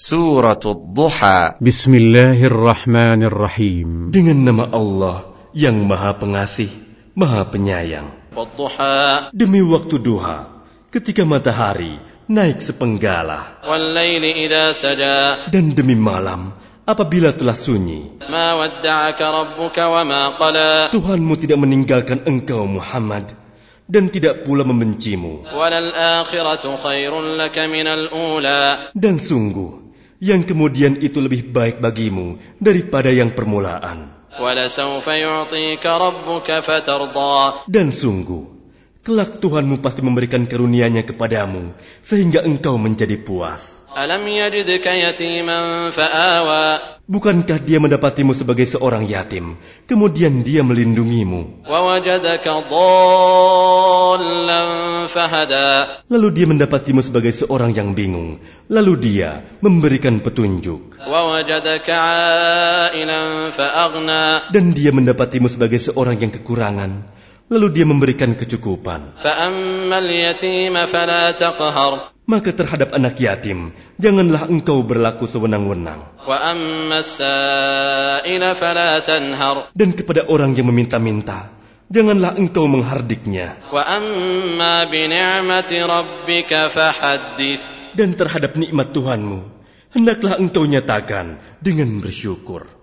Suratul Duha. Bismillahirrahmanirrahim. Dengan nama Allah yang Maha Pengasih, Maha Penyayang. Wadduha. Demi waktu duha, ketika matahari naik sepenggalah. Wallaili idza saja. Dan demi malam apabila telah sunyi. Ma wadda'aka rabbuka wa ma qala. Tuhanmu tidak meninggalkan engkau Muhammad dan tidak pula membencimu. Walal akhiratu khairun laka minal ula. Dan sungguh yang kemudian itu lebih baik bagimu daripada yang permulaan. Walasawfa yu'tika rabbuka fatarda. Dan sungguh kelak Tuhanmu pasti memberikan karunia-Nya kepadamu sehingga engkau menjadi puas. Alam yajidka yatiman fa'awa. Bukankah dia mendapatimu sebagai seorang yatim, kemudian dia melindungimu? Wa wajadaka dhallan fahada. Lalu dia mendapatimu sebagai seorang yang bingung, lalu dia memberikan petunjuk. Wa wajadaka 'ailan fa'aghna. Dan dia mendapatimu sebagai seorang yang kekurangan, lalu dia memberikan kecukupan. Fa'ammal yatima fala taqhar. Maka terhadap anak yatim, janganlah engkau berlaku sewenang-wenang. Wa ammas sa'ila fala tanhar. Dan kepada orang yang meminta-minta, janganlah engkau menghardiknya. Wa amma bi ni'mati rabbika fahaddits. Dan terhadap nikmat Tuhanmu, hendaklah engkau nyatakan dengan bersyukur.